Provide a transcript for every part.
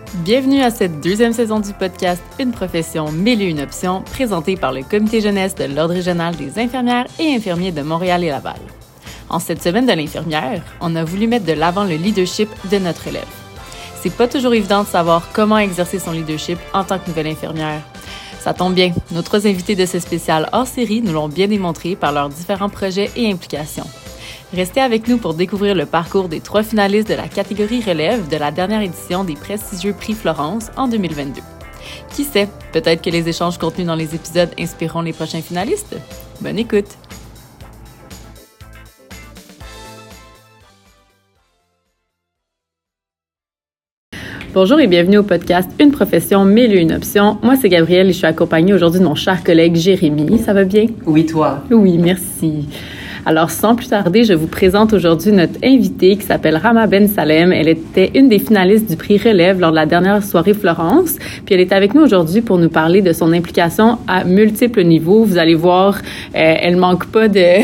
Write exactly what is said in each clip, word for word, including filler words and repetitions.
Bienvenue à cette deuxième saison du podcast Une profession, mille et une options, présentée par le Comité jeunesse de l'Ordre régional des infirmières et infirmiers de Montréal et Laval. En cette semaine de l'infirmière, on a voulu mettre de l'avant le leadership de notre élève. C'est pas toujours évident de savoir comment exercer son leadership en tant que nouvelle infirmière. Ça tombe bien, nos trois invités de ce spécial hors série nous l'ont bien démontré par leurs différents projets et implications. Restez avec nous pour découvrir le parcours des trois finalistes de la catégorie relève de la dernière édition des prestigieux Prix Florence en deux mille vingt-deux. Qui sait, peut-être que les échanges contenus dans les épisodes inspireront les prochains finalistes? Bonne écoute! Bonjour et bienvenue au podcast Une profession, mille et une options. Moi, c'est Gabrielle et je suis accompagnée aujourd'hui de mon cher collègue Jérémy. Ça va bien? Oui, toi? Oui, merci. Alors, sans plus tarder, je vous présente aujourd'hui notre invitée qui s'appelle Rama Ben Salem. Elle était une des finalistes du prix Relève lors de la dernière soirée Florence. Puis elle est avec nous aujourd'hui pour nous parler de son implication à multiples niveaux. Vous allez voir, euh, elle manque pas de,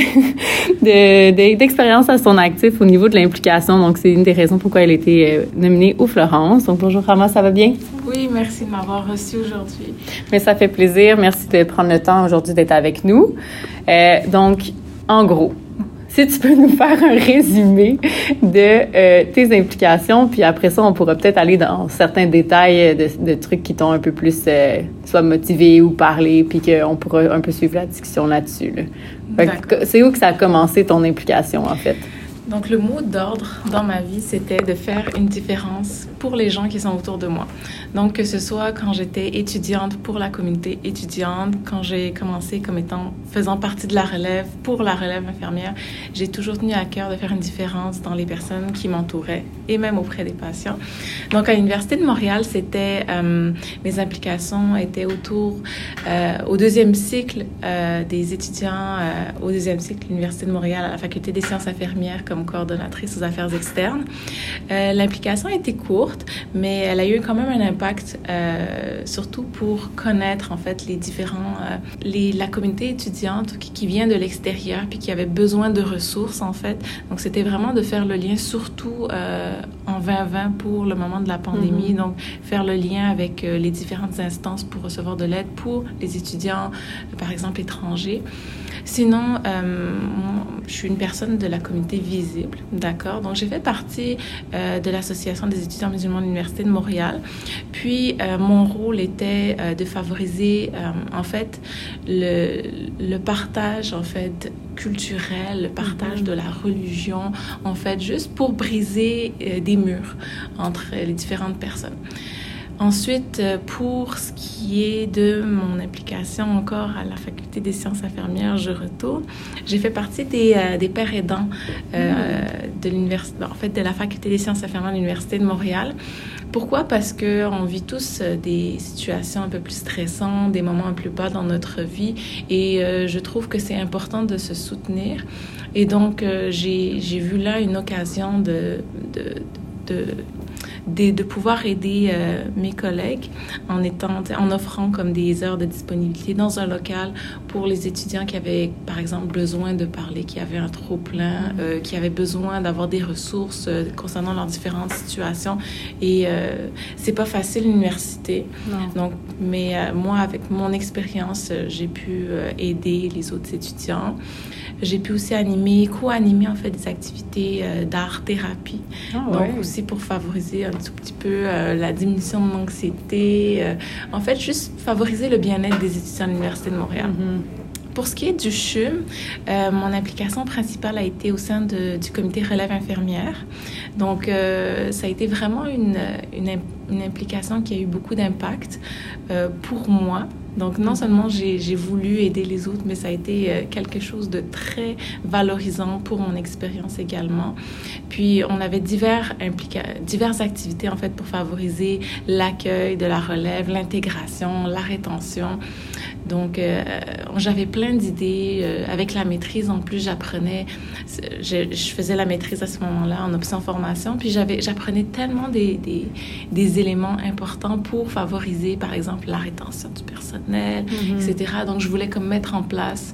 de, de d'expérience à son actif au niveau de l'implication. Donc, c'est une des raisons pourquoi elle a été euh, nominée aux Florence. Donc, bonjour Rama, ça va bien? Oui, merci de m'avoir reçue aujourd'hui. Mais ça fait plaisir. Merci de prendre le temps aujourd'hui d'être avec nous. Euh, donc, en gros, si tu peux nous faire un résumé de euh, tes implications, puis après ça, on pourra peut-être aller dans certains détails de, de trucs qui t'ont un peu plus euh, soit motivé ou parlé, puis qu'on pourra un peu suivre la discussion là-dessus. Là. Fait que, c'est où que ça a commencé ton implication, en fait? Donc, le mot d'ordre dans ma vie, c'était de faire une différence pour les gens qui sont autour de moi. Donc, que ce soit quand j'étais étudiante pour la communauté étudiante, quand j'ai commencé comme étant, faisant partie de la relève pour la relève infirmière, j'ai toujours tenu à cœur de faire une différence dans les personnes qui m'entouraient et même auprès des patients. Donc, à l'Université de Montréal, c'était, euh, mes implications étaient autour, euh, au deuxième cycle euh, des étudiants, euh, au deuxième cycle de l'Université de Montréal, à la Faculté des sciences infirmières, comme coordonnatrice aux affaires externes. Euh, l'implication a été courte, mais elle a eu quand même un impact, euh, surtout pour connaître en fait les différents, euh, les, la communauté étudiante qui, qui vient de l'extérieur puis qui avait besoin de ressources en fait. Donc c'était vraiment de faire le lien, surtout euh, en vingt vingt pour le moment de la pandémie. Mm-hmm. Donc faire le lien avec euh, les différentes instances pour recevoir de l'aide pour les étudiants, euh, par exemple étrangers. Sinon, euh, je suis une personne de la communauté visible, d'accord? Donc, j'ai fait partie euh, de l'Association des étudiants musulmans de l'Université de Montréal. Puis, euh, mon rôle était euh, de favoriser, euh, en fait, le, le partage, en fait, culturel, le partage mm-hmm. de la religion, en fait, juste pour briser euh, des murs entre les différentes personnes. Ensuite, pour ce qui est de mon implication encore à la Faculté des sciences infirmières, je retourne. J'ai fait partie des, euh, des pères aidants euh, de l'université, en fait, de la Faculté des sciences infirmières de l'Université de Montréal. Pourquoi? Parce qu'on vit tous des situations un peu plus stressantes, des moments un peu bas dans notre vie et euh, je trouve que c'est important de se soutenir. Et donc, euh, j'ai, j'ai vu là une occasion de... de, de De, de pouvoir aider euh, mes collègues en étant, en offrant comme des heures de disponibilité dans un local pour les étudiants qui avaient, par exemple, besoin de parler, qui avaient un trop-plein, euh, qui avaient besoin d'avoir des ressources euh, concernant leurs différentes situations. Et euh, c'est pas facile l'université. Non. Donc, mais euh, moi, avec mon expérience, euh, j'ai pu euh, aider les autres étudiants. J'ai pu aussi animer, co-animer en fait des activités euh, d'art-thérapie. Oh, donc ouais. Aussi pour favoriser un tout petit peu euh, la diminution de l'anxiété. Euh, en fait, juste favoriser le bien-être des étudiants de l'Université de Montréal. Mm-hmm. Pour ce qui est du C H U M, euh, mon implication principale a été au sein de, du comité relève infirmière. Donc, euh, ça a été vraiment une, une, une implication qui a eu beaucoup d'impact euh, pour moi. Donc, non seulement j'ai, j'ai voulu aider les autres, mais ça a été euh, quelque chose de très valorisant pour mon expérience également. Puis, on avait divers implica- diverses activités, en fait, pour favoriser l'accueil de la relève, l'intégration, la rétention. Donc, euh, j'avais plein d'idées. Euh, avec la maîtrise, en plus, j'apprenais... Je, je faisais la maîtrise à ce moment-là en option formation. Puis, j'avais, j'apprenais tellement des, des, des éléments importants pour favoriser, par exemple, la rétention du personnel, mm-hmm. et cetera. Donc, je voulais comme mettre en place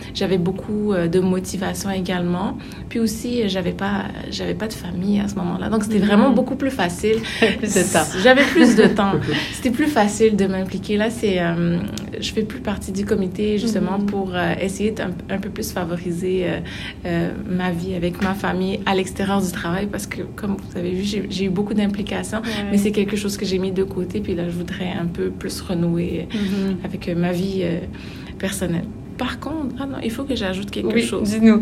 j'avais beaucoup euh, de motivation également. Puis aussi, j'avais pas, j'avais pas de famille à ce moment-là. Donc, c'était vraiment beaucoup plus facile. Plus de temps. J'avais plus de temps. C'était plus facile de m'impliquer. Là, c'est, euh, je fais plus partie du comité, justement, mm-hmm. pour euh, essayer d'un un peu plus favoriser euh, euh, ma vie avec ma famille à l'extérieur du travail. Parce que, comme vous avez vu, j'ai, j'ai eu beaucoup d'implications. Ouais. Mais c'est quelque chose que j'ai mis de côté. Puis là, je voudrais un peu plus renouer mm-hmm. avec euh, ma vie euh, personnelle. Par contre, ah non, il faut que j'ajoute quelque oui, chose. Dis-nous.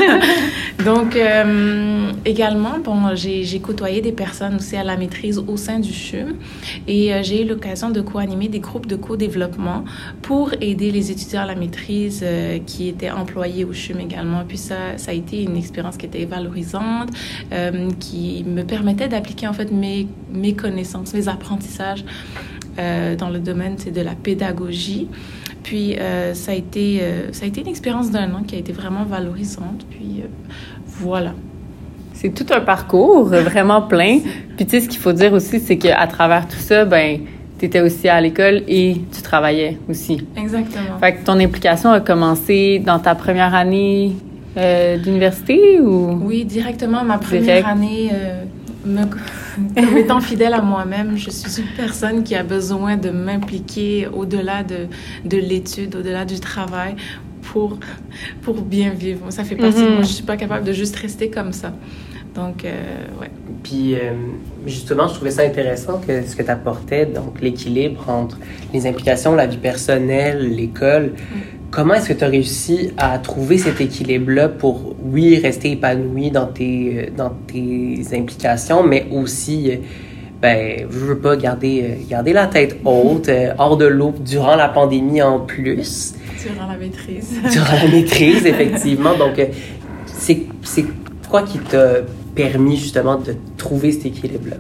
Donc, euh, également, bon, j'ai, j'ai côtoyé des personnes aussi à la maîtrise au sein du C H U M et euh, j'ai eu l'occasion de co-animer des groupes de co-développement pour aider les étudiants à la maîtrise euh, qui étaient employés au C H U M également. Puis ça, ça a été une expérience qui était valorisante, euh, qui me permettait d'appliquer en fait mes, mes connaissances, mes apprentissages euh, dans le domaine de la pédagogie. Puis, euh, ça, a été, euh, ça a été une expérience d'un an qui a été vraiment valorisante. Puis, euh, voilà. C'est tout un parcours vraiment plein. Puis, tu sais, ce qu'il faut dire aussi, c'est qu'à travers tout ça, ben, tu étais aussi à l'école et tu travaillais aussi. Exactement. Fait que ton implication a commencé dans ta première année euh, d'université ou? Oui, directement. Ma première Direct. année... Euh, Me, comme étant fidèle à moi-même, je suis une personne qui a besoin de m'impliquer au-delà de, de l'étude, au-delà du travail pour, pour bien vivre. Ça fait partie mm-hmm. de moi. Je ne suis pas capable de juste rester comme ça. Donc, euh, ouais. Puis, euh, justement, je trouvais ça intéressant que ce que tu apportais, donc l'équilibre entre les implications, la vie personnelle, l'école. Mm. Comment est-ce que tu as réussi à trouver cet équilibre-là pour, oui, rester épanoui dans tes, dans tes implications, mais aussi, ben, je veux pas garder, garder la tête haute, hors de l'eau durant la pandémie en plus. Durant la maîtrise. Durant la maîtrise, effectivement. Donc, c'est, c'est quoi qui t'a permis justement de trouver cet équilibre-là?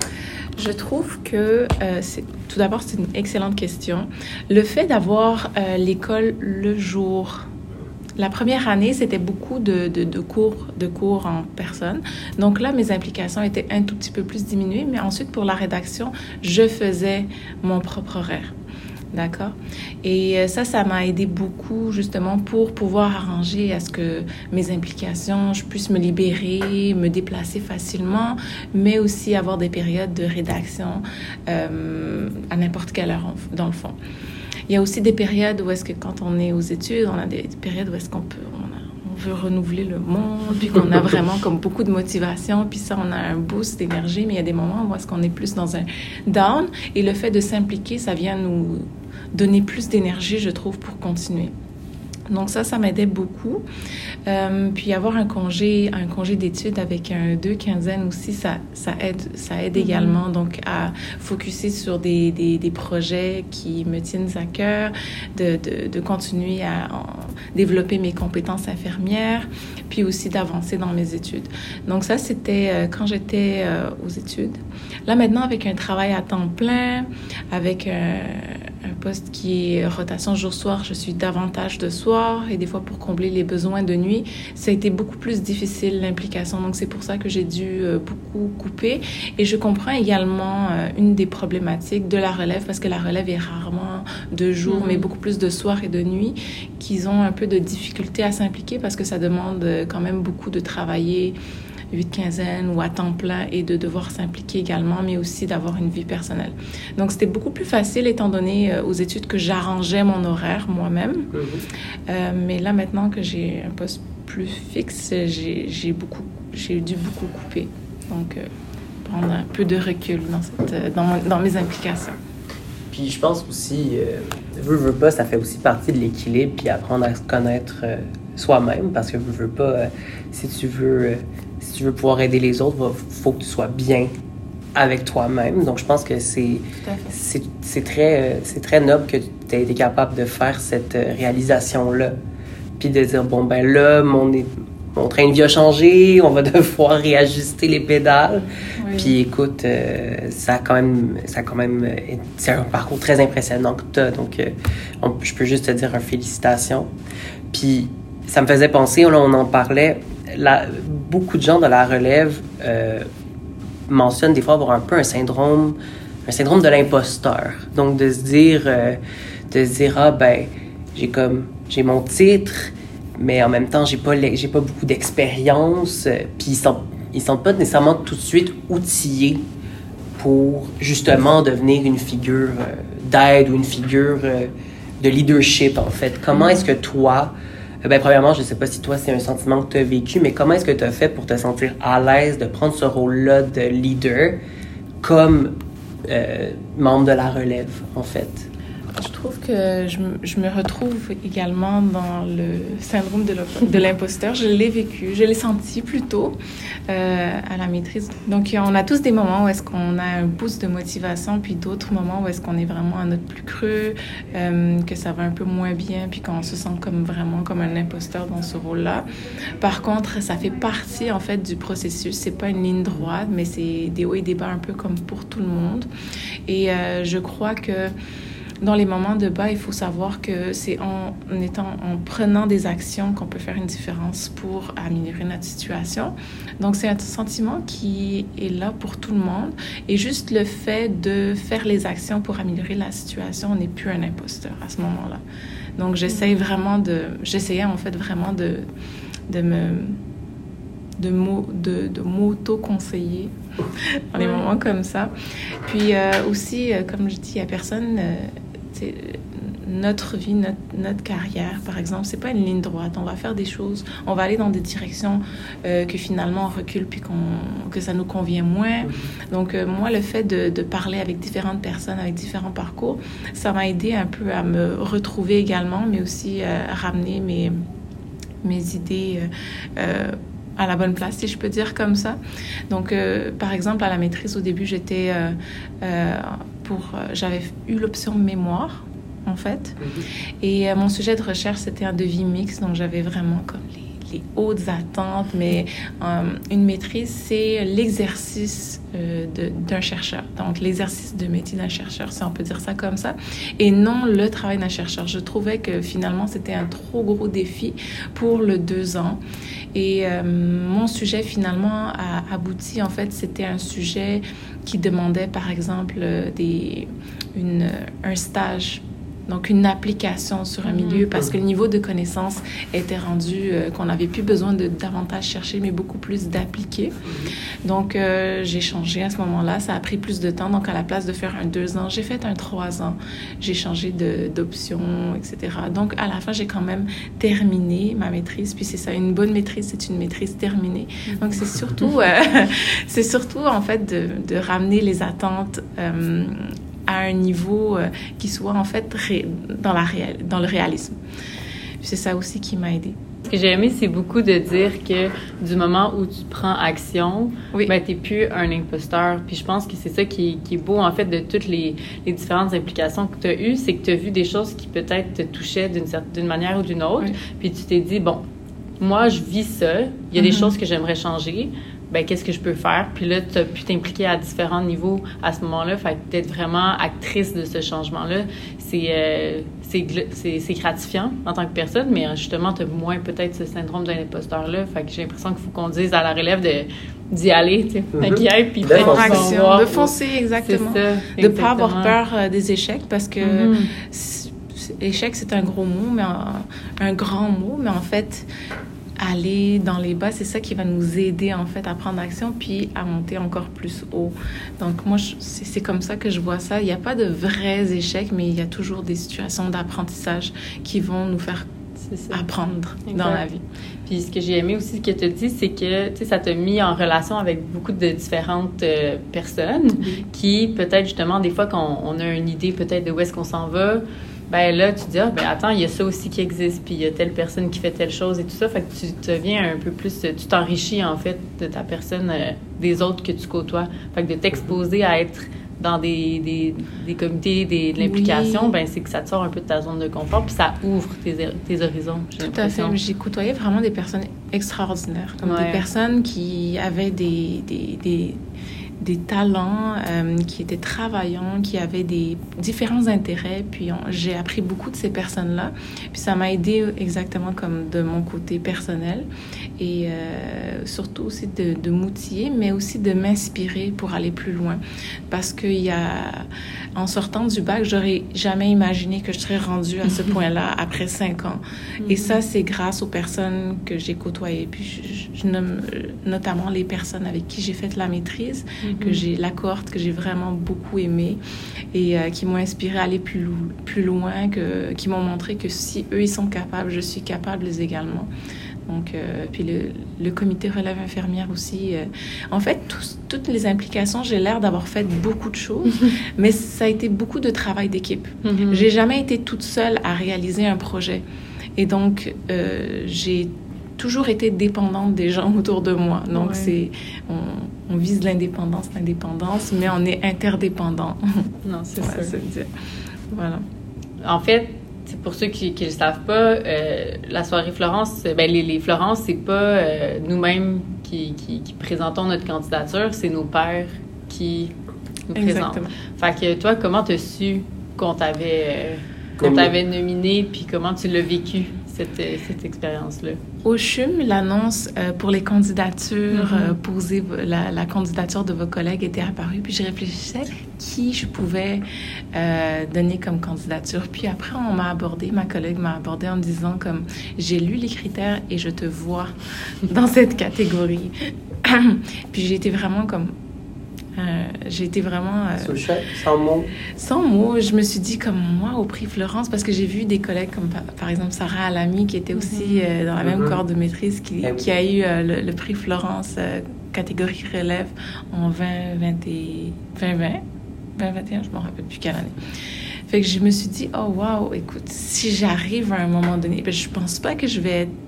Je trouve que, euh, c'est, tout d'abord, c'est une excellente question. Le fait d'avoir euh, l'école le jour, la première année, c'était beaucoup de, de, de, cours, de cours en personne. Donc là, mes implications étaient un tout petit peu plus diminuées. Mais ensuite, pour la rédaction, je faisais mon propre horaire. D'accord? Et ça, ça m'a aidé beaucoup, justement, pour pouvoir arranger à ce que mes implications, je puisse me libérer, me déplacer facilement, mais aussi avoir des périodes de rédaction euh, à n'importe quelle heure, dans le fond. Il y a aussi des périodes où est-ce que quand on est aux études, on a des périodes où est-ce qu'on peut... On a, on veut renouveler le monde, puis qu'on a vraiment comme beaucoup de motivation, puis ça, on a un boost d'énergie, mais il y a des moments où est-ce qu'on est plus dans un down, et le fait de s'impliquer, ça vient nous donner plus d'énergie, je trouve, pour continuer. Donc ça, ça m'aidait beaucoup. Euh, puis avoir un congé, un congé d'études avec un deux quinzaines aussi, ça, ça aide, ça aide mm-hmm. également donc à focusser sur des, des, des projets qui me tiennent à cœur, de, de, de continuer à en, développer mes compétences infirmières, puis aussi d'avancer dans mes études. Donc ça, c'était euh, quand j'étais euh, aux études. Là maintenant, avec un travail à temps plein, avec un, un poste qui est rotation jour-soir, je suis davantage de soir et des fois pour combler les besoins de nuit, ça a été beaucoup plus difficile l'implication. Donc c'est pour ça que j'ai dû euh, beaucoup couper. Et je comprends également euh, une des problématiques de la relève, parce que la relève est rarement de jour, mm-hmm. mais beaucoup plus de soir et de nuit, qu'ils ont un peu de difficulté à s'impliquer parce que ça demande quand même beaucoup de travailler huit quinzaines ou à temps plein et de devoir s'impliquer également, mais aussi d'avoir une vie personnelle. Donc, c'était beaucoup plus facile étant donné euh, aux études que j'arrangeais mon horaire moi-même. Mm-hmm. Euh, mais là, maintenant que j'ai un poste plus fixe, j'ai, j'ai, beaucoup, j'ai dû beaucoup couper. Donc, euh, prendre un peu de recul dans, cette, dans, mon, dans mes implications. Puis je pense aussi, euh, veux, veux pas, ça fait aussi partie de l'équilibre, puis apprendre à se connaître euh, soi-même, parce que veux, veux pas, euh, si tu veux... Euh, Si tu veux pouvoir aider les autres, il faut que tu sois bien avec toi-même. Donc, je pense que c'est, c'est, c'est, très, c'est très noble que tu aies été capable de faire cette réalisation-là. Puis de dire, bon, ben là, mon, mon train de vie a changé, on va devoir réajuster les pédales. Oui. Puis écoute, euh, ça a quand même, ça a quand même, c'est un parcours très impressionnant que tu as. Donc, euh, on, je peux juste te dire un félicitations. Puis, ça me faisait penser, là, on en parlait, la, beaucoup de gens de la relève euh, mentionnent des fois avoir un peu un syndrome, un syndrome de l'imposteur. Donc, de se dire, euh, de se dire, ah ben, j'ai comme, j'ai mon titre, mais en même temps, j'ai pas, j'ai pas beaucoup d'expérience. Euh, puis ils sont, ils sont pas nécessairement tout de suite outillés pour justement devenir une figure euh, d'aide ou une figure euh, de leadership, en fait. Comment est-ce que toi, euh, ben premièrement, je sais pas si toi c'est un sentiment que tu as vécu, mais comment est-ce que tu as fait pour te sentir à l'aise de prendre ce rôle-là de leader comme euh, membre de la relève, en fait? Je trouve que je, je me retrouve également dans le syndrome de, de l'imposteur. Je l'ai vécu, je l'ai senti plutôt euh, à la maîtrise. Donc, on a tous des moments où est-ce qu'on a un boost de motivation, puis d'autres moments où est-ce qu'on est vraiment à notre plus creux, euh, que ça va un peu moins bien, puis qu'on se sent comme vraiment comme un imposteur dans ce rôle-là. Par contre, ça fait partie, en fait, du processus. C'est pas une ligne droite, mais c'est des hauts et des bas un peu comme pour tout le monde. Et euh, je crois que dans les moments de bas, il faut savoir que c'est en, en étant, en prenant des actions qu'on peut faire une différence pour améliorer notre situation. Donc, c'est un sentiment qui est là pour tout le monde. Et juste le fait de faire les actions pour améliorer la situation, on n'est plus un imposteur à ce moment-là. Donc, j'essaye vraiment de, j'essayais en fait vraiment de, de me, de, de, de m'auto-conseiller dans les moments comme ça. Puis euh, aussi, euh, comme je dis, il n'y a personne... Euh, notre vie, notre, notre carrière, par exemple, c'est pas une ligne droite. On va faire des choses, on va aller dans des directions euh, que finalement on recule puis qu'on, que ça nous convient moins. Donc, euh, moi, le fait de, de parler avec différentes personnes, avec différents parcours, ça m'a aidé un peu à me retrouver également, mais aussi euh, à ramener mes, mes idées euh, euh, à la bonne place, si je peux dire comme ça. Donc, euh, par exemple, à la maîtrise, au début, j'étais euh, euh, pour... Euh, j'avais eu l'option mémoire, en fait. Mm-hmm. Et euh, mon sujet de recherche, c'était un devis mixte. Donc, j'avais vraiment comme les, les hautes attentes. Mais euh, une maîtrise, c'est l'exercice euh, de, d'un chercheur. Donc, l'exercice de métier d'un chercheur, si on peut dire ça comme ça. Et non le travail d'un chercheur. Je trouvais que finalement, c'était un trop gros défi pour le deux ans. Et euh, mon sujet, finalement, a abouti. En fait, c'était un sujet qui demandait, par exemple, des, une, un stage, donc une application sur un milieu, parce que le niveau de connaissance était rendu euh, qu'on n'avait plus besoin de davantage chercher, mais beaucoup plus d'appliquer. Donc, euh, j'ai changé à ce moment-là. Ça a pris plus de temps. Donc, à la place de faire un deux ans, j'ai fait un trois ans. J'ai changé de, d'option, et cetera. Donc, à la fin, j'ai quand même terminé ma maîtrise. Puis, c'est ça, une bonne maîtrise, c'est une maîtrise terminée. Donc, c'est surtout, euh, c'est surtout en fait, de, de ramener les attentes euh, à un niveau euh, qui soit en fait ré- dans, la réal- dans le réalisme. Puis c'est ça aussi qui m'a aidée. Ce que j'ai aimé, c'est beaucoup de dire que du moment où tu prends action, oui. ben, t'es plus un imposteur. Puis je pense que c'est ça qui est, qui est beau, en fait, de toutes les, les différentes implications que tu as eues, c'est que tu as vu des choses qui peut-être te touchaient d'une, certaine, d'une manière ou d'une autre. Oui. Puis tu t'es dit, bon, moi, je vis ça. Il y a mm-hmm. des choses que j'aimerais changer. Ben, qu'est-ce que je peux faire? Puis là, tu as pu t'impliquer à différents niveaux à ce moment-là. Fait que d'être vraiment actrice de ce changement-là, c'est, euh, c'est, c'est, c'est gratifiant en tant que personne, mais justement, tu as moins peut-être ce syndrome de l'imposteur-là. Fait que j'ai l'impression qu'il faut qu'on dise à la relève de, d'y aller, tu sais, mm-hmm. d'y aller, puis de faire action, de foncer, exactement. C'est ça, exactement. De ne pas avoir peur euh, des échecs, parce que mm-hmm. échec, c'est un gros mot, mais un, un grand mot, mais en fait... aller dans les bas, c'est ça qui va nous aider en fait à prendre action puis à monter encore plus haut. Donc moi, je, c'est, c'est comme ça que je vois ça. Il n'y a pas de vrais échecs, mais il y a toujours des situations d'apprentissage qui vont nous faire apprendre exact. Dans la vie. Puis ce que j'ai aimé aussi que tu as dit, c'est que tu sais, ça t'a mis en relation avec beaucoup de différentes euh, personnes oui. qui peut-être justement des fois quand on a une idée peut-être de où est-ce qu'on s'en va, ben là, tu te dis, ah, ben attends, il y a ça aussi qui existe, puis il y a telle personne qui fait telle chose et tout ça. Fait que tu deviens un peu plus, tu t'enrichis, en fait, de ta personne, euh, des autres que tu côtoies. Fait que de t'exposer à être dans des, des, des comités, des, de l'implication, oui. ben c'est que ça te sort un peu de ta zone de confort, puis ça ouvre tes, tes horizons. J'ai Tout à fait. J'ai côtoyé vraiment des personnes extraordinaires, comme ouais. des personnes qui avaient des... des, des des talents euh, qui étaient travaillants, qui avaient des différents intérêts. Puis on, j'ai appris beaucoup de ces personnes-là. Puis ça m'a aidé exactement comme de mon côté personnel. Et euh, surtout aussi de, de m'outiller, mais aussi de m'inspirer pour aller plus loin. Parce qu'il y a... En sortant du bac, j'aurais jamais imaginé que je serais rendue à ce point-là après cinq ans. Mm-hmm. Et ça, c'est grâce aux personnes que j'ai côtoyées. Puis je, je nomme notamment les personnes avec qui j'ai fait la maîtrise, mm-hmm. que j'ai, la cohorte que j'ai vraiment beaucoup aimée et euh, qui m'ont inspirée à aller plus, plus loin, que, qui m'ont montré que si eux, ils sont capables, je suis capable également. Donc, euh, puis le, le comité relève infirmière aussi. Euh, en fait, tous, toutes les implications, j'ai l'air d'avoir fait beaucoup de choses, mais ça a été beaucoup de travail d'équipe. Mm-hmm. J'ai jamais été toute seule à réaliser un projet. Et donc, euh, j'ai toujours été dépendante des gens autour de moi. Donc, ouais. c'est, on, on vise l'indépendance, l'indépendance, mais on est interdépendant. Non, c'est ouais, ça. C'est dire. Voilà. En fait, c'est pour ceux qui ne le savent pas, euh, la soirée Florence, ben les, les Florence, c'est pas euh, nous-mêmes qui, qui, qui présentons notre candidature, c'est nos pairs qui nous présentent. Exactement. Fait que toi, comment tu as su qu'on t'avait, euh, qu'on t'avait nominé, puis comment tu l'as vécu, cette, cette expérience-là? Au C H U M, l'annonce euh, pour les candidatures, mm-hmm. euh, poser la, la candidature de vos collègues était apparue, puis je réfléchissais qui je pouvais euh, donner comme candidature. Puis après, on m'a abordé, ma collègue m'a abordé en me disant comme « J'ai lu les critères et je te vois dans cette catégorie. » Puis j'ai été vraiment comme... Euh, j'ai été vraiment... Euh, Sous le choc, sans mots. Sans mots. Je me suis dit, comme moi, au prix Florence, parce que j'ai vu des collègues comme, par, par exemple, Sarah Alami, qui était aussi euh, dans la mm-hmm. même cohorte de maîtrise, qui, oui. qui a eu euh, le, le prix Florence euh, catégorie relève en vingt vingt, vingt vingt, vingt vingt et un, je ne me rappelle plus quelle année. Fait que je me suis dit, oh wow, écoute, si j'arrive à un moment donné, ben, je ne pense pas que je vais être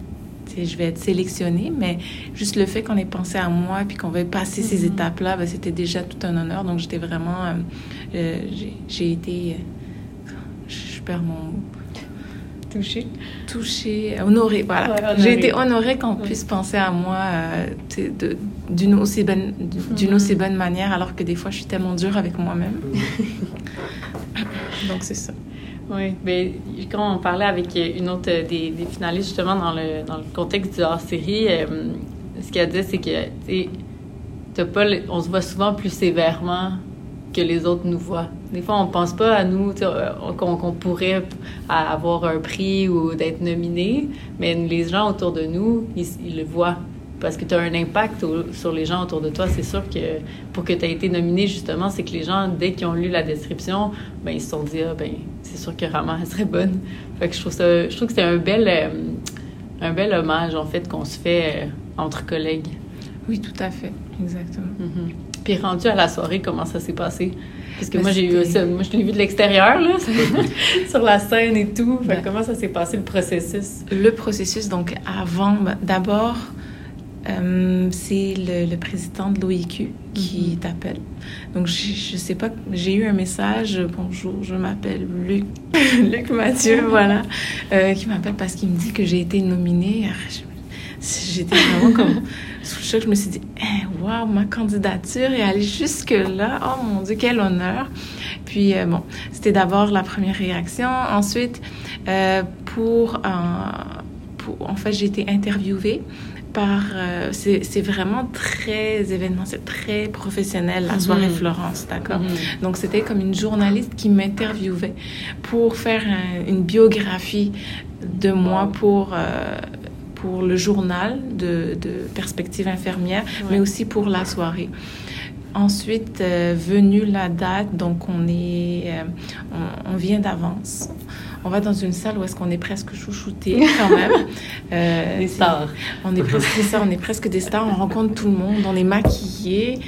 je vais être sélectionnée, mais juste le fait qu'on ait pensé à moi puis qu'on va passer mm-hmm. ces étapes-là, ben, c'était déjà tout un honneur. Donc, j'étais vraiment... Euh, euh, j'ai, j'ai été... Euh, je perds mon mot. Touchée. Touchée, honorée, voilà. Ouais, honorée. J'ai été honorée qu'on ouais. puisse penser à moi euh, de, d'une, aussi bonne, d'une mm-hmm. aussi bonne manière, alors que des fois, je suis tellement dure avec moi-même. Donc, c'est ça. Oui, bien, quand on parlait avec une autre des, des finalistes, justement, dans le, dans le contexte du hors-série, euh, ce qu'elle dit, c'est que, tu sais, pas le, on se voit souvent plus sévèrement que les autres nous voient. Des fois, on pense pas à nous, qu'on, qu'on pourrait avoir un prix ou d'être nominé, mais les gens autour de nous, ils, ils le voient. Parce que tu as un impact au, sur les gens autour de toi. C'est sûr que pour que tu aies été nominé, justement, c'est que les gens, dès qu'ils ont lu la description, ben ils se sont dit, ah, ben c'est sûr que Rama, elle serait bonne. Fait que je trouve ça, je trouve que c'est un bel, euh, un bel hommage, en fait, qu'on se fait euh, entre collègues. Oui, tout à fait. Exactement. Mm-hmm. Puis rendu à la soirée, comment ça s'est passé? Parce que ben, moi, j'ai eu ça, moi, je l'ai vu de l'extérieur, là, sur la scène et tout. Fait ben, comment ça s'est passé, le processus? Le processus, donc, avant, ben, d'abord... Euh, c'est le, le président de l'O I Q qui mm-hmm. t'appelle. Donc, je, je sais pas, j'ai eu un message, bonjour, je m'appelle Luc, Luc Mathieu, voilà, euh, qui m'appelle parce qu'il me dit que j'ai été nominée. J'étais vraiment comme sous le choc, je me suis dit, waouh, wow, ma candidature est allée jusque-là, oh mon Dieu, quel honneur. Puis, euh, bon, c'était d'abord la première réaction. Ensuite, euh, pour, euh, pour, en fait, j'ai été interviewée. Par, euh, c'est, c'est vraiment très événementiel, très professionnel, la soirée mm-hmm. Florence, d'accord? Mm-hmm. Donc, c'était comme une journaliste qui m'interviewait pour faire un, une biographie de moi wow. pour, euh, pour le journal de, de Perspective infirmière, ouais. mais aussi pour la soirée. Ensuite, euh, venue la date, donc on est, euh, on, on vient d'avance. On va dans une salle où est-ce qu'on est presque chouchouté quand même. Euh, des stars. On est presque des stars, on est presque des stars. On rencontre tout le monde, on est maquillés.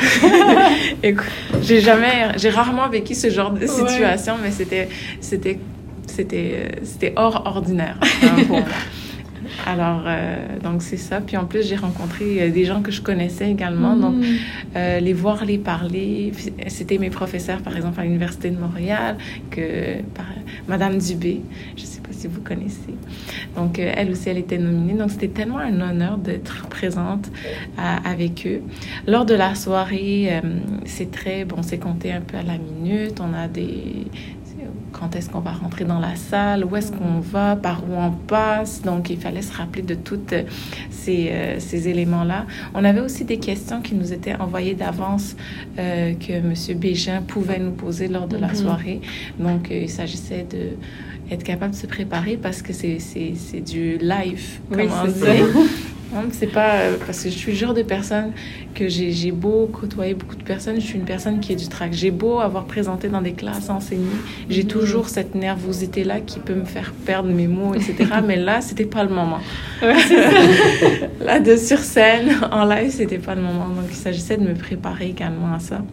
Écoute, j'ai jamais, j'ai rarement vécu ce genre de situation, ouais. mais c'était, c'était, c'était, c'était hors ordinaire hein, pour moi. Alors, euh, donc c'est ça. Puis en plus, j'ai rencontré euh, des gens que je connaissais également. Mm. Donc, euh, les voir, les parler. C'était mes professeurs, par exemple, à l'Université de Montréal, que par Madame Dubé, je ne sais pas si vous connaissez. Donc, euh, elle aussi, elle était nominée. Donc, c'était tellement un honneur d'être présente à, avec eux. Lors de la soirée, euh, c'est très, bon, c'est compté un peu à la minute. On a des... Quand est-ce qu'on va rentrer dans la salle? Où est-ce qu'on va? Par où on passe? Donc, il fallait se rappeler de tous ces, euh, ces éléments-là. On avait aussi des questions qui nous étaient envoyées d'avance euh, que M. Bégin pouvait nous poser lors de la mm-hmm. soirée. Donc, euh, il s'agissait de... être capable de se préparer parce que c'est, c'est, c'est du live. Oui, c'est ça. Non, c'est pas... Euh, parce que je suis le genre de personne que j'ai, j'ai beau côtoyer beaucoup de personnes, je suis une personne qui est du trac. J'ai beau avoir présenté dans des classes, enseigné, j'ai mm-hmm. toujours cette nervosité-là qui peut me faire perdre mes mots, et cetera. Mais là, c'était pas le moment. Ouais, c'est ça. Là, de sur scène, en live, c'était pas le moment. Donc, il s'agissait de me préparer également à ça.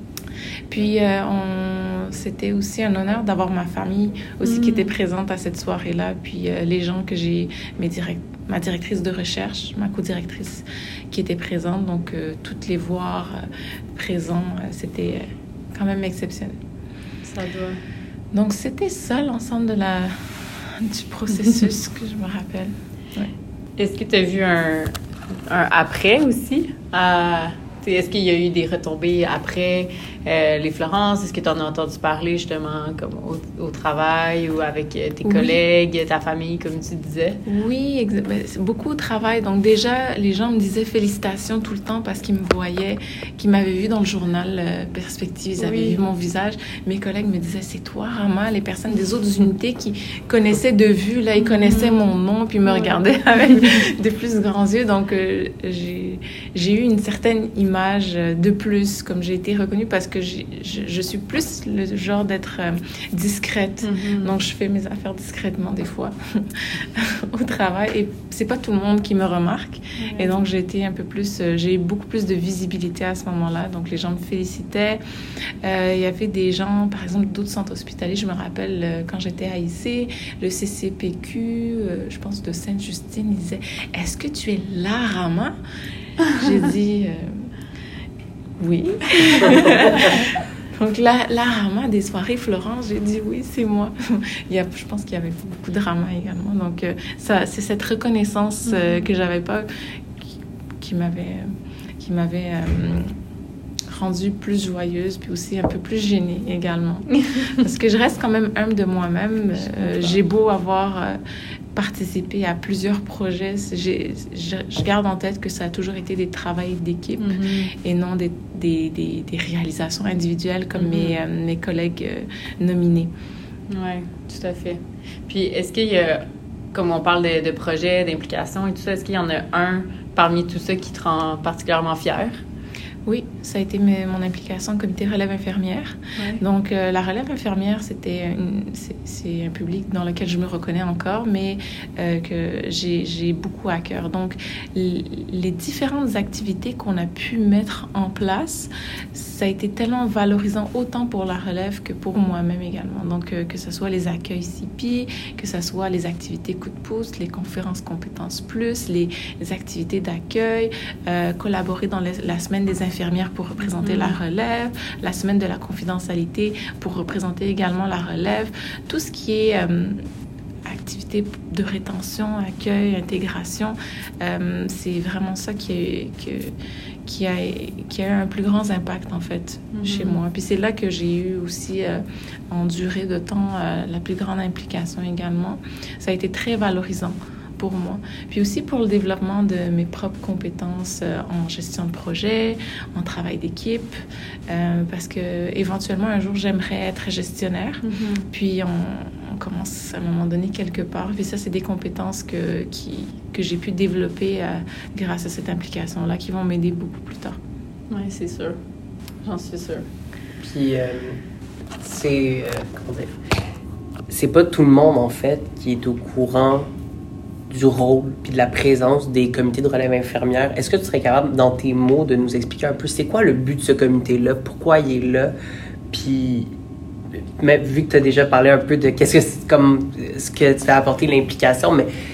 Puis, euh, on... c'était aussi un honneur d'avoir ma famille aussi mmh. qui était présente à cette soirée-là. Puis, euh, les gens que j'ai, mes direct... ma directrice de recherche, ma co-directrice qui était présente. Donc, euh, toutes les voir euh, présents, euh, c'était quand même exceptionnel. Ça doit. Donc, c'était ça l'ensemble de la... du processus que je me rappelle. Ouais. Est-ce que tu as vu un, un après aussi? À... Est-ce qu'il y a eu des retombées après euh, les Florences? Est-ce que tu en as entendu parler justement comme au, au travail ou avec euh, tes oui. collègues, ta famille, comme tu disais? Oui, exa- beaucoup au travail. Donc déjà, les gens me disaient félicitations tout le temps parce qu'ils me voyaient, qu'ils m'avaient vu dans le journal euh, Perspective, ils avaient oui. vu mon visage. Mes collègues me disaient, c'est toi, Rama. Les personnes des autres unités qui connaissaient de vue, là, ils connaissaient mm-hmm. mon nom puis me ouais. regardaient avec de plus grands yeux. Donc, euh, j'ai, j'ai eu une certaine image de plus, comme j'ai été reconnue, parce que je, je suis plus le genre d'être euh, discrète. Mm-hmm. Donc, je fais mes affaires discrètement des fois au travail. Et c'est pas tout le monde qui me remarque. Mm-hmm. Et donc, j'ai été un peu plus... Euh, j'ai eu beaucoup plus de visibilité à ce moment-là. Donc, les gens me félicitaient. Euh, il y avait des gens, par exemple, d'autres centres hospitaliers. Je me rappelle, euh, quand j'étais à I C, le C C P Q, euh, je pense de Sainte-Justine, ils disaient « Est-ce que tu es là, Rama? » J'ai dit... Euh, oui. Donc là, là, Rama, des soirées Florence, j'ai dit oui, c'est moi. Il y a, je pense qu'il y avait beaucoup de Rama également. Donc, euh, ça, c'est cette reconnaissance euh, que j'avais pas, qui, qui m'avait, qui m'avait euh, rendue plus joyeuse, puis aussi un peu plus gênée également. Parce que je reste quand même humble de moi-même. Euh, j'ai beau avoir... Euh, participer à plusieurs projets. J'ai, je, je garde en tête que ça a toujours été des travails d'équipe mm-hmm. et non des, des, des, des réalisations individuelles comme mm-hmm. mes, euh, mes collègues euh, nominés. Oui, tout à fait. Puis, est-ce qu'il y a, comme on parle de, de projets, d'implications et tout ça, est-ce qu'il y en a un parmi tout ça qui te rend particulièrement fière? Oui, ça a été mes, mon implication au comité relève infirmière. Ouais. Donc, euh, la relève infirmière, c'était une, c'est, c'est un public dans lequel je me reconnais encore, mais euh, que j'ai, j'ai beaucoup à cœur. Donc, l- les différentes activités qu'on a pu mettre en place, ça a été tellement valorisant autant pour la relève que pour moi-même également. Donc, euh, que ce soit les accueils C I P I, que ce soit les activités coup de pouce, les conférences compétences plus, les, les activités d'accueil, euh, collaborer dans les, la semaine des infirmières pour représenter mmh. la relève, la semaine de la confidentialité pour représenter également la relève, tout ce qui est euh, activité de rétention, accueil, intégration, euh, c'est vraiment ça qui, est, que, qui, a, qui a eu un plus grand impact en fait mmh. chez moi. Puis c'est là que j'ai eu aussi euh, en durée de temps euh, la plus grande implication également. Ça a été très valorisant pour moi. Puis aussi pour le développement de mes propres compétences euh, en gestion de projet, en travail d'équipe, euh, parce que éventuellement un jour j'aimerais être gestionnaire. Mm-hmm. Puis on, on commence à un moment donné quelque part. Puis ça, c'est des compétences que, qui, que j'ai pu développer euh, grâce à cette implication-là qui vont m'aider beaucoup plus tard. Oui, c'est sûr. J'en suis sûre. Puis euh, c'est... Euh, comment dire? C'est pas tout le monde, en fait, qui est au courant du rôle puis de la présence des comités de relève infirmière. Est-ce que tu serais capable, dans tes mots, de nous expliquer un peu c'est quoi le but de ce comité-là, pourquoi il est là, puis mais vu que tu as déjà parlé un peu de qu'est-ce que c'est comme ce que tu as apporté l'implication, mais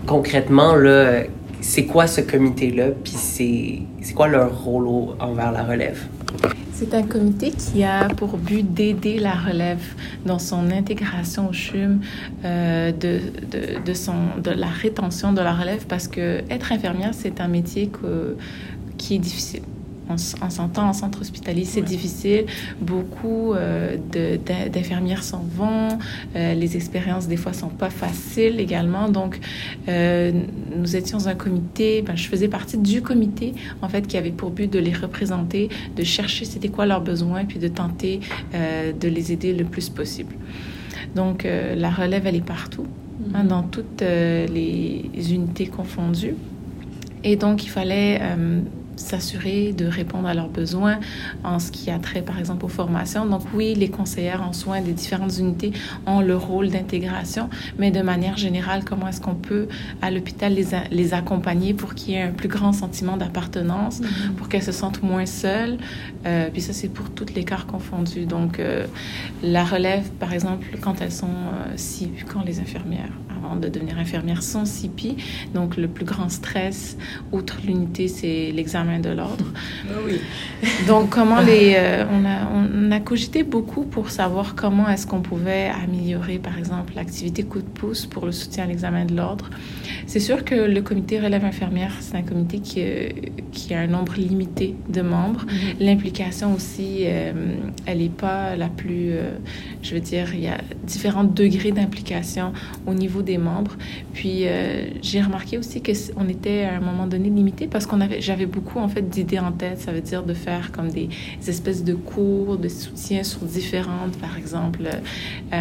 concrètement, là, c'est quoi ce comité-là, puis c'est, c'est quoi leur rôle au, envers la relève? C'est un comité qui a pour but d'aider la relève dans son intégration au C H U M, euh, de, de, de, son, de la rétention de la relève, parce que être infirmière, c'est un métier que, qui est difficile. On, on s'entend en centre hospitalier, c'est ouais. difficile. Beaucoup euh, de, de, d'infirmières s'en vont. Euh, les expériences, des fois, sont pas faciles également. Donc, euh, nous étions un comité. Ben, je faisais partie du comité, en fait, qui avait pour but de les représenter, de chercher c'était quoi leurs besoins, puis de tenter euh, de les aider le plus possible. Donc, euh, la relève, elle est partout, mm-hmm. hein, dans toutes euh, les unités confondues. Et donc, il fallait... Euh, s'assurer de répondre à leurs besoins en ce qui a trait, par exemple, aux formations. Donc oui, les conseillères en soins des différentes unités ont le rôle d'intégration, mais de manière générale, comment est-ce qu'on peut, à l'hôpital, les, a- les accompagner pour qu'il y ait un plus grand sentiment d'appartenance, mm-hmm. pour qu'elles se sentent moins seules. Euh, puis ça, c'est pour toutes les quarts confondus. Donc, euh, la relève, par exemple, quand elles sont euh, si, quand les infirmières, avant de devenir infirmières, sont C P, donc le plus grand stress, outre l'unité, c'est l'examen de l'ordre. Ah oui. Donc, comment les... Euh, on, a, on a cogité beaucoup pour savoir comment est-ce qu'on pouvait améliorer, par exemple, l'activité coup de pouce pour le soutien à l'examen de l'ordre. C'est sûr que le comité relève infirmière, c'est un comité qui, euh, qui a un nombre limité de membres. Mm-hmm. L'implication aussi, euh, elle n'est pas la plus... Euh, je veux dire, il y a différents degrés d'implication au niveau des membres. Puis, euh, j'ai remarqué aussi qu'on était à un moment donné limité parce qu'on avait, j'avais beaucoup, en fait, d'idées en tête. Ça veut dire de faire comme des espèces de cours de soutien sur différentes, par exemple... Euh,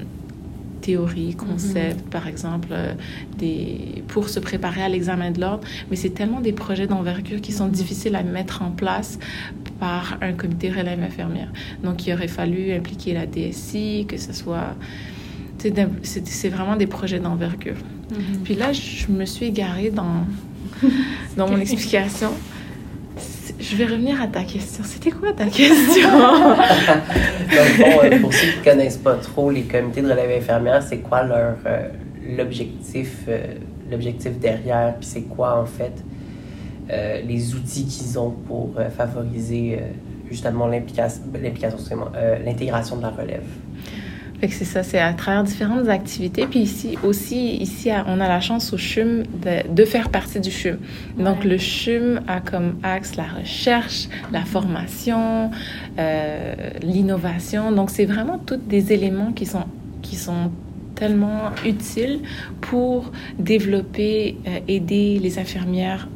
théorie, concept, mm-hmm. par exemple, euh, des, pour se préparer à l'examen de l'ordre. Mais c'est tellement des projets d'envergure qui sont mm-hmm. difficiles à mettre en place par un comité relève infirmière. Donc, il aurait fallu impliquer la D S I, que ce soit... C'est, c'est, c'est vraiment des projets d'envergure. Mm-hmm. Puis là, je me suis égarée dans, dans mon explication. Je vais revenir à ta question. C'était quoi ta question? Donc, bon, pour ceux qui ne connaissent pas trop les comités de relève infirmière, c'est quoi leur, euh, l'objectif, euh, l'objectif derrière, puis c'est quoi, en fait, euh, les outils qu'ils ont pour euh, favoriser euh, justement l'implication, l'implication euh, l'intégration de la relève? Fait que c'est ça, c'est à travers différentes activités. Puis ici aussi, ici, on a la chance au C H U M de, de faire partie du C H U M. Donc, ouais. le C H U M a comme axe la recherche, la formation, euh, l'innovation. Donc, c'est vraiment tous des éléments qui sont, qui sont tellement utiles pour développer, euh, aider les infirmières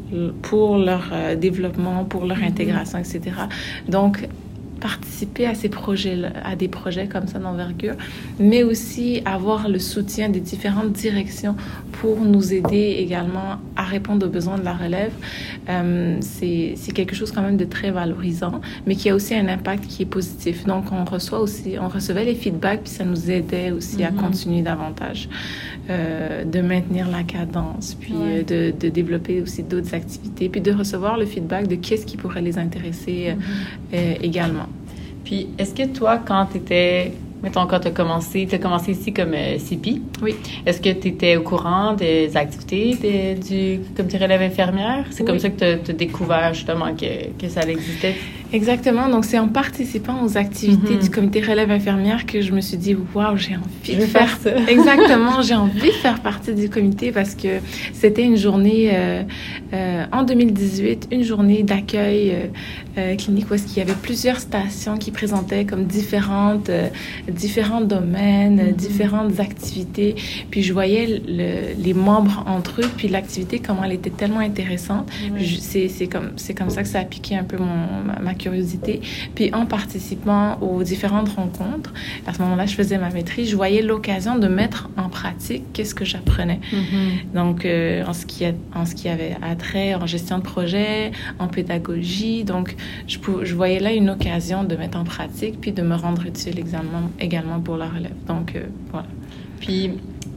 pour leur euh, développement, pour leur mm-hmm. intégration, et cetera. Donc, participer à ces projets, à des projets comme ça d'envergure, mais aussi avoir le soutien des différentes directions pour nous aider également à répondre aux besoins de la relève. Euh, c'est, c'est quelque chose quand même de très valorisant, mais qui a aussi un impact qui est positif. Donc, on reçoit aussi, on recevait les feedbacks, puis ça nous aidait aussi mm-hmm. à continuer davantage, euh, de maintenir la cadence, puis ouais. de, de développer aussi d'autres activités, puis de recevoir le feedback de qu'est-ce qui pourrait les intéresser mm-hmm. euh, également. Puis, est-ce que toi, quand tu étais, mettons, quand tu as commencé, tu as commencé ici comme euh, C P, oui. Est-ce que tu étais au courant des activités de, du comité relève infirmière? C'est oui. comme ça que tu as découvert justement que, que ça existait? Exactement. Donc, c'est en participant aux activités mm-hmm. du comité relève infirmière que je me suis dit, waouh, j'ai envie je de faire ça. Exactement. J'ai envie de faire partie du comité parce que c'était une journée, euh, euh, en deux mille dix-huit, une journée d'accueil euh, euh, clinique où est-ce qu'il y avait plusieurs stations qui présentaient comme différentes, euh, différents domaines, mm-hmm. différentes activités. Puis, je voyais le, les membres entre eux, puis l'activité, comment elle était tellement intéressante. Mm-hmm. Je, c'est, c'est, comme, c'est comme ça que ça a piqué un peu mon, ma, ma curiosité. Puis en participant aux différentes rencontres, à ce moment-là, je faisais ma maîtrise, je voyais l'occasion de mettre en pratique qu'est-ce que j'apprenais. Mm-hmm. Donc, euh, en, ce qui a, en ce qui avait attrait en gestion de projet, en pédagogie. Donc, je, je voyais là une occasion de mettre en pratique puis de me rendre utile également, également pour la relève. Donc, euh, voilà. Puis,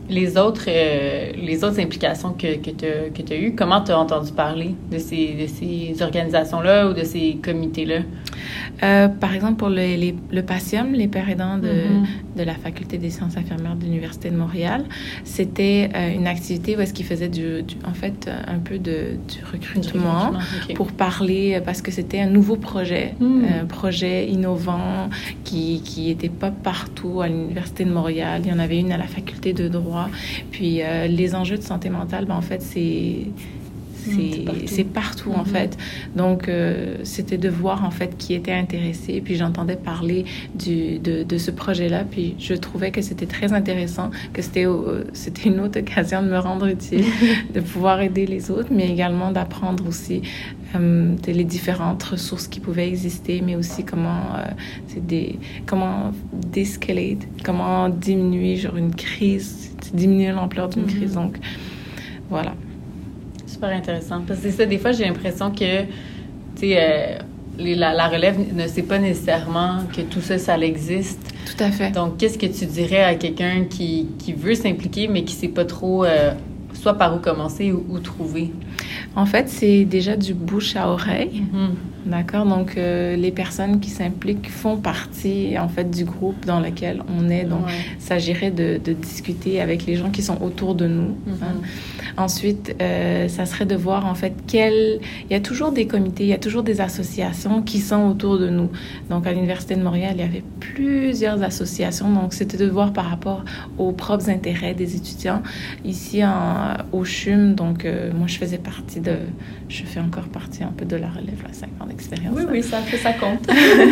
les autres, euh, les autres implications que, que tu as eues, comment tu as entendu parler de ces, de ces organisations-là ou de ces comités-là? Euh, par exemple, pour le, les, le PASSIUM, les pères aidants de, mm-hmm. de la Faculté des sciences infirmières de l'Université de Montréal, c'était euh, une activité où est-ce qu'ils faisaient du, du, en fait, un peu de, du recrutement, du recrutement okay. pour parler, parce que c'était un nouveau projet, mm. un projet innovant qui qui n'était pas partout à l'Université de Montréal. Il y en avait une à la Faculté de droit. Puis euh, les enjeux de santé mentale, ben, en fait, c'est... C'est, c'est partout, c'est partout mm-hmm. en fait. Donc, euh, c'était de voir, en fait, qui était intéressé. Puis, j'entendais parler du, de, de ce projet-là. Puis, je trouvais que c'était très intéressant, que c'était, euh, c'était une autre occasion de me rendre utile, de pouvoir aider les autres, mais également d'apprendre aussi euh, de les différentes ressources qui pouvaient exister, mais aussi comment, euh, c'est des, comment d'escalate, comment diminuer genre une crise, diminuer l'ampleur d'une mm-hmm. crise. Donc, voilà. Super intéressant. Parce que c'est ça, des fois, j'ai l'impression que, tu sais, euh, la, la relève ne sait pas nécessairement que tout ça, ça existe. Tout à fait. Donc, qu'est-ce que tu dirais à quelqu'un qui, qui veut s'impliquer, mais qui ne sait pas trop, euh, soit par où commencer ou où trouver? En fait, c'est déjà du bouche à oreille. Mm-hmm. D'accord? Donc, euh, les personnes qui s'impliquent font partie, en fait, du groupe dans lequel on est. Donc, ouais. il s'agirait de, de discuter avec les gens qui sont autour de nous. Mm-hmm. Hein. Ensuite, euh, ça serait de voir, en fait, quel... Il y a toujours des comités, il y a toujours des associations qui sont autour de nous. Donc, à l'Université de Montréal, il y avait plusieurs associations. Donc, c'était de voir par rapport aux propres intérêts des étudiants. Ici, en, au C H U M, donc, euh, moi, je faisais partie de... Je fais encore partie un peu de la relève, là, cinq ans d'expérience. Oui, oui, ça fait, ça compte.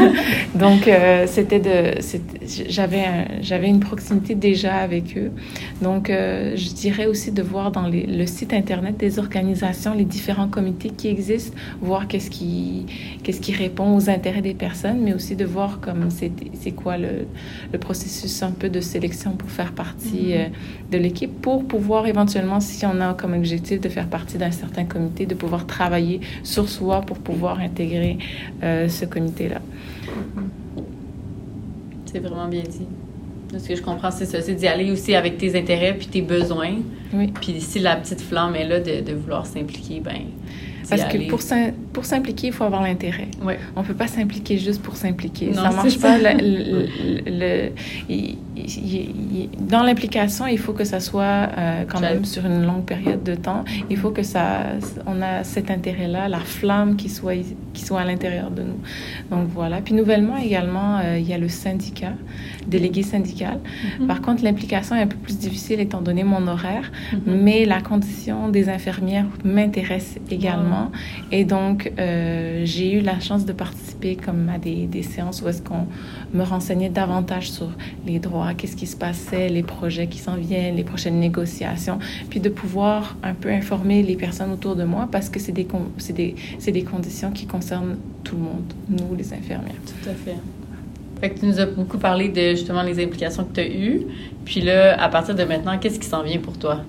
Donc, euh, c'était de... C'était, j'avais, un, j'avais une proximité déjà avec eux. Donc, euh, je dirais aussi de voir dans les, le site Internet des organisations, les différents comités qui existent, voir qu'est-ce qui, qu'est-ce qui répond aux intérêts des personnes, mais aussi de voir comme c'est, c'est quoi le, le processus un peu de sélection pour faire partie mm-hmm. euh, de l'équipe, pour pouvoir éventuellement, si on a comme objectif de faire partie d'un certain comité, de pouvoir travailler sur soi pour pouvoir intégrer euh, ce comité-là. Mm-hmm. C'est vraiment bien dit. Ce que je comprends, c'est ça, c'est d'y aller aussi avec tes intérêts puis tes besoins. Oui. Puis si la petite flamme est là de, de vouloir s'impliquer, ben parce que pour, pour s'impliquer, il faut avoir l'intérêt. Oui. On ne peut pas s'impliquer juste pour s'impliquer. Non, ça ne marche ça. pas. Le, le, le, il, il, il, dans l'implication, il faut que ça soit euh, quand même sur une longue période de temps. Il faut que ça, on a cet intérêt-là, la flamme qui soit, qui soit à l'intérieur de nous. Donc voilà. Puis nouvellement également, euh, il y a le syndicat, délégué syndical. Mm-hmm. Par contre, l'implication est un peu plus difficile étant donné mon horaire, mm-hmm. mais la condition des infirmières m'intéresse également. Oh. Et donc, euh, j'ai eu la chance de participer comme à des, des séances où est-ce qu'on me renseignait davantage sur les droits, qu'est-ce qui se passait, les projets qui s'en viennent, les prochaines négociations, puis de pouvoir un peu informer les personnes autour de moi parce que c'est des, c'est des, c'est des conditions qui concernent tout le monde, nous, les infirmières. Tout à fait. Fait que tu nous as beaucoup parlé de justement les implications que tu as eues. Puis là, à partir de maintenant, qu'est-ce qui s'en vient pour toi?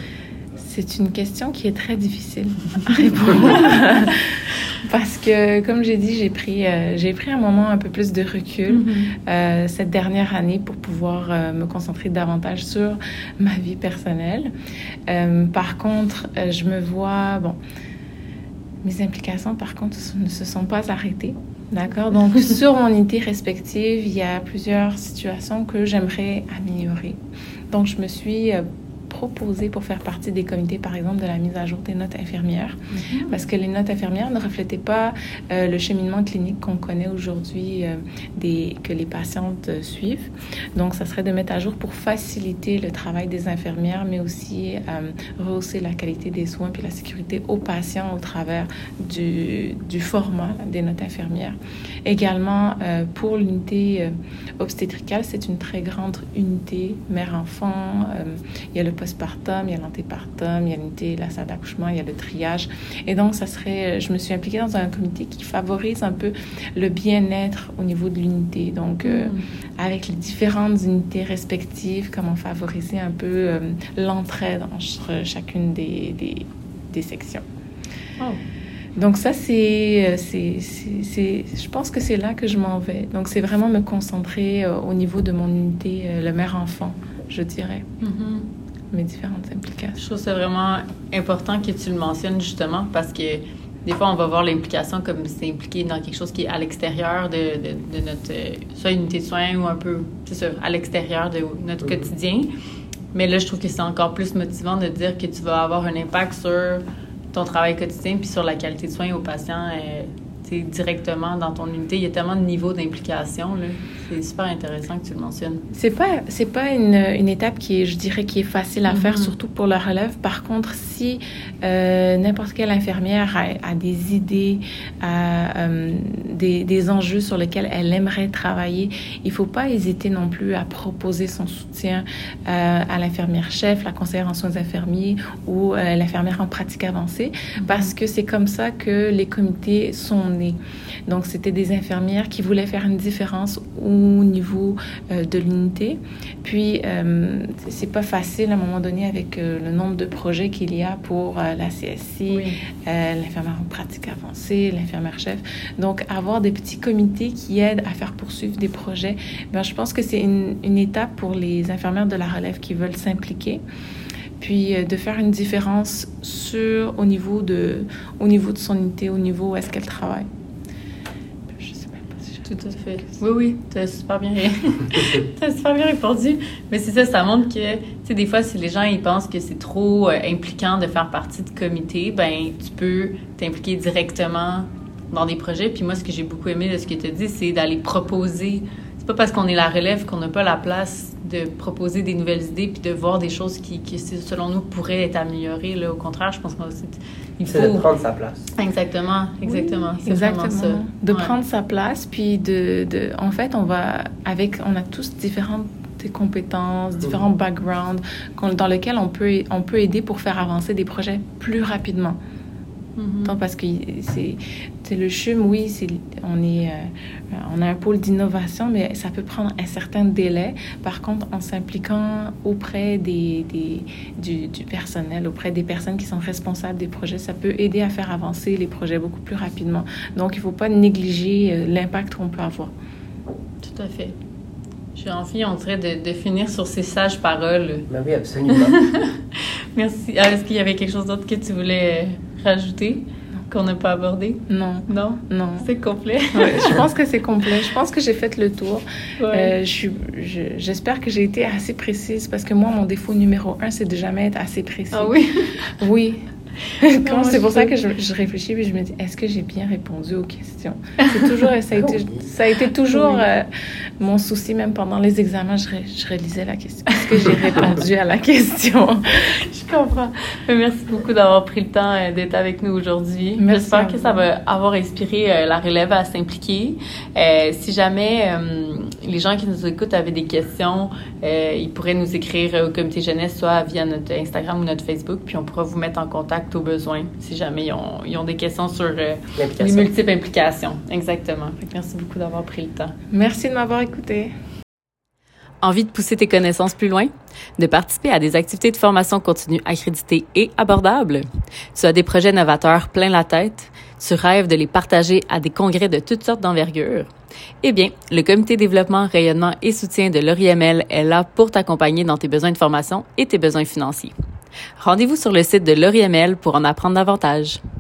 C'est une question qui est très difficile à répondre. Parce que, comme j'ai dit, j'ai pris, euh, j'ai pris un moment un peu plus de recul mm-hmm. euh, cette dernière année pour pouvoir euh, me concentrer davantage sur ma vie personnelle. Euh, par contre, euh, je me vois... Bon, mes implications, par contre, ne se sont pas arrêtées. D'accord? Donc, sur mon unité respective, il y a plusieurs situations que j'aimerais améliorer. Donc, je me suis... Euh, proposé pour faire partie des comités, par exemple, de la mise à jour des notes infirmières. Mm-hmm. Parce que les notes infirmières ne reflétaient pas euh, le cheminement clinique qu'on connaît aujourd'hui, euh, des, que les patientes euh, suivent. Donc, ça serait de mettre à jour pour faciliter le travail des infirmières, mais aussi euh, rehausser la qualité des soins puis la sécurité aux patients au travers du, du format là, des notes infirmières. Également, euh, pour l'unité euh, obstétricale, c'est une très grande unité, mère-enfant, euh, il y a le postpartum, il y a l'antépartum, il y a l'unité, la salle d'accouchement, il y a le triage. Et donc, ça serait, je me suis impliquée dans un comité qui favorise un peu le bien-être au niveau de l'unité. Donc, euh, mmh. avec les différentes unités respectives, comment favoriser un peu euh, l'entraide entre chacune des, des, des sections. Oh. Donc ça, c'est, c'est, c'est, c'est, je pense que c'est là que je m'en vais. Donc, c'est vraiment me concentrer euh, au niveau de mon unité, euh, le mère-enfant, je dirais. Mm-hmm. mes différentes implications. Je trouve ça vraiment important que tu le mentionnes justement parce que des fois, on va voir l'implication comme c'est impliqué dans quelque chose qui est à l'extérieur de, de, de notre euh, soit unité de soins ou un peu, c'est ça, à l'extérieur de notre mmh. quotidien. Mais là, je trouve que c'est encore plus motivant de dire que tu vas avoir un impact sur ton travail quotidien puis sur la qualité de soins aux patients euh, directement dans ton unité. Il y a tellement de niveaux d'implication, là. C'est super intéressant que tu le mentionnes. C'est pas, c'est pas une, une étape qui est, je dirais, qui est facile à Mm-hmm. faire, surtout pour la relève. Par contre, si euh, n'importe quelle infirmière a, a des idées, a, euh, des, des enjeux sur lesquels elle aimerait travailler, il faut pas hésiter non plus à proposer son soutien euh, à l'infirmière-chef, la conseillère en soins infirmiers ou euh, l'infirmière en pratique avancée, mm-hmm. parce que c'est comme ça que les comités sont nés. Donc, c'était des infirmières qui voulaient faire une différence au niveau euh, de l'unité. Puis, euh, c'est pas facile à un moment donné avec euh, le nombre de projets qu'il y a pour euh, la C S I, oui. euh, l'infirmière en pratique avancée, l'infirmière-chef. Donc, avoir des petits comités qui aident à faire poursuivre des projets, ben, je pense que c'est une, une étape pour les infirmières de la relève qui veulent s'impliquer. Puis euh, de faire une différence sur, au, niveau de, au niveau de son unité, au niveau où est-ce qu'elle travaille. Je sais même pas si j'ai... Tout à fait. Oui, oui, tu as super bien, t'as super bien répondu. Mais c'est ça, ça montre que, tu sais, des fois, si les gens ils pensent que c'est trop euh, impliquant de faire partie de comité, ben tu peux t'impliquer directement dans des projets. Puis moi, ce que j'ai beaucoup aimé de ce que tu as dit, c'est d'aller proposer. C'est pas parce qu'on est la relève qu'on n'a pas la place de proposer des nouvelles idées puis de voir des choses qui, qui selon nous, pourraient être améliorées. Là. Au contraire, je pense qu'il faut... C'est de prendre sa place. Exactement, exactement. Oui, c'est exactement ça. De ouais. prendre sa place, puis de, de... En fait, on va... avec On a tous différentes compétences, différents mmh. backgrounds dans lesquels on peut, on peut aider pour faire avancer des projets plus rapidement. Mm-hmm. Donc, parce que c'est, c'est le C H U M, oui, c'est, on, est, euh, on a un pôle d'innovation, mais ça peut prendre un certain délai. Par contre, en s'impliquant auprès des, des, du, du personnel, auprès des personnes qui sont responsables des projets, ça peut aider à faire avancer les projets beaucoup plus rapidement. Donc, il ne faut pas négliger euh, l'impact qu'on peut avoir. Tout à fait. J'ai envie, on dirait, de, de finir sur ces sages paroles. Ben oui, absolument. Merci. Ah, est-ce qu'il y avait quelque chose d'autre que tu voulais rajouter, qu'on n'a pas abordé? Non. Non? Non. C'est complet? Ouais, je pense que c'est complet. Je pense que j'ai fait le tour. Ouais. Euh, je suis, je, j'espère que j'ai été assez précise, parce que moi, mon défaut numéro un, c'est de jamais être assez précis. Ah oui? Oui. Non, c'est pour je ça sais. que je, je réfléchis et je me dis, est-ce que j'ai bien répondu aux questions? C'est toujours, ça, a été, ça a été toujours oui. euh, mon souci, même pendant les examens, je, ré, je réalisais la question. Est-ce que j'ai répondu à la question? Je comprends. Merci beaucoup d'avoir pris le temps d'être avec nous aujourd'hui. Merci. J'espère que ça va avoir inspiré euh, la relève à s'impliquer. Euh, si jamais euh, les gens qui nous écoutent avaient des questions, euh, ils pourraient nous écrire au comité jeunesse, soit via notre Instagram ou notre Facebook, puis on pourra vous mettre en contact au besoin, si jamais ils ont, ils ont des questions sur euh, les multiples implications. Exactement. Fait que merci beaucoup d'avoir pris le temps. Merci de m'avoir écouté. Envie de pousser tes connaissances plus loin? De participer à des activités de formation continue accréditées et abordables? Tu as des projets novateurs plein la tête? Tu rêves de les partager à des congrès de toutes sortes d'envergure? Eh bien, le Comité développement, rayonnement et soutien de l'O R I M L est là pour t'accompagner dans tes besoins de formation et tes besoins financiers. Rendez-vous sur le site de l'O R I M L pour en apprendre davantage.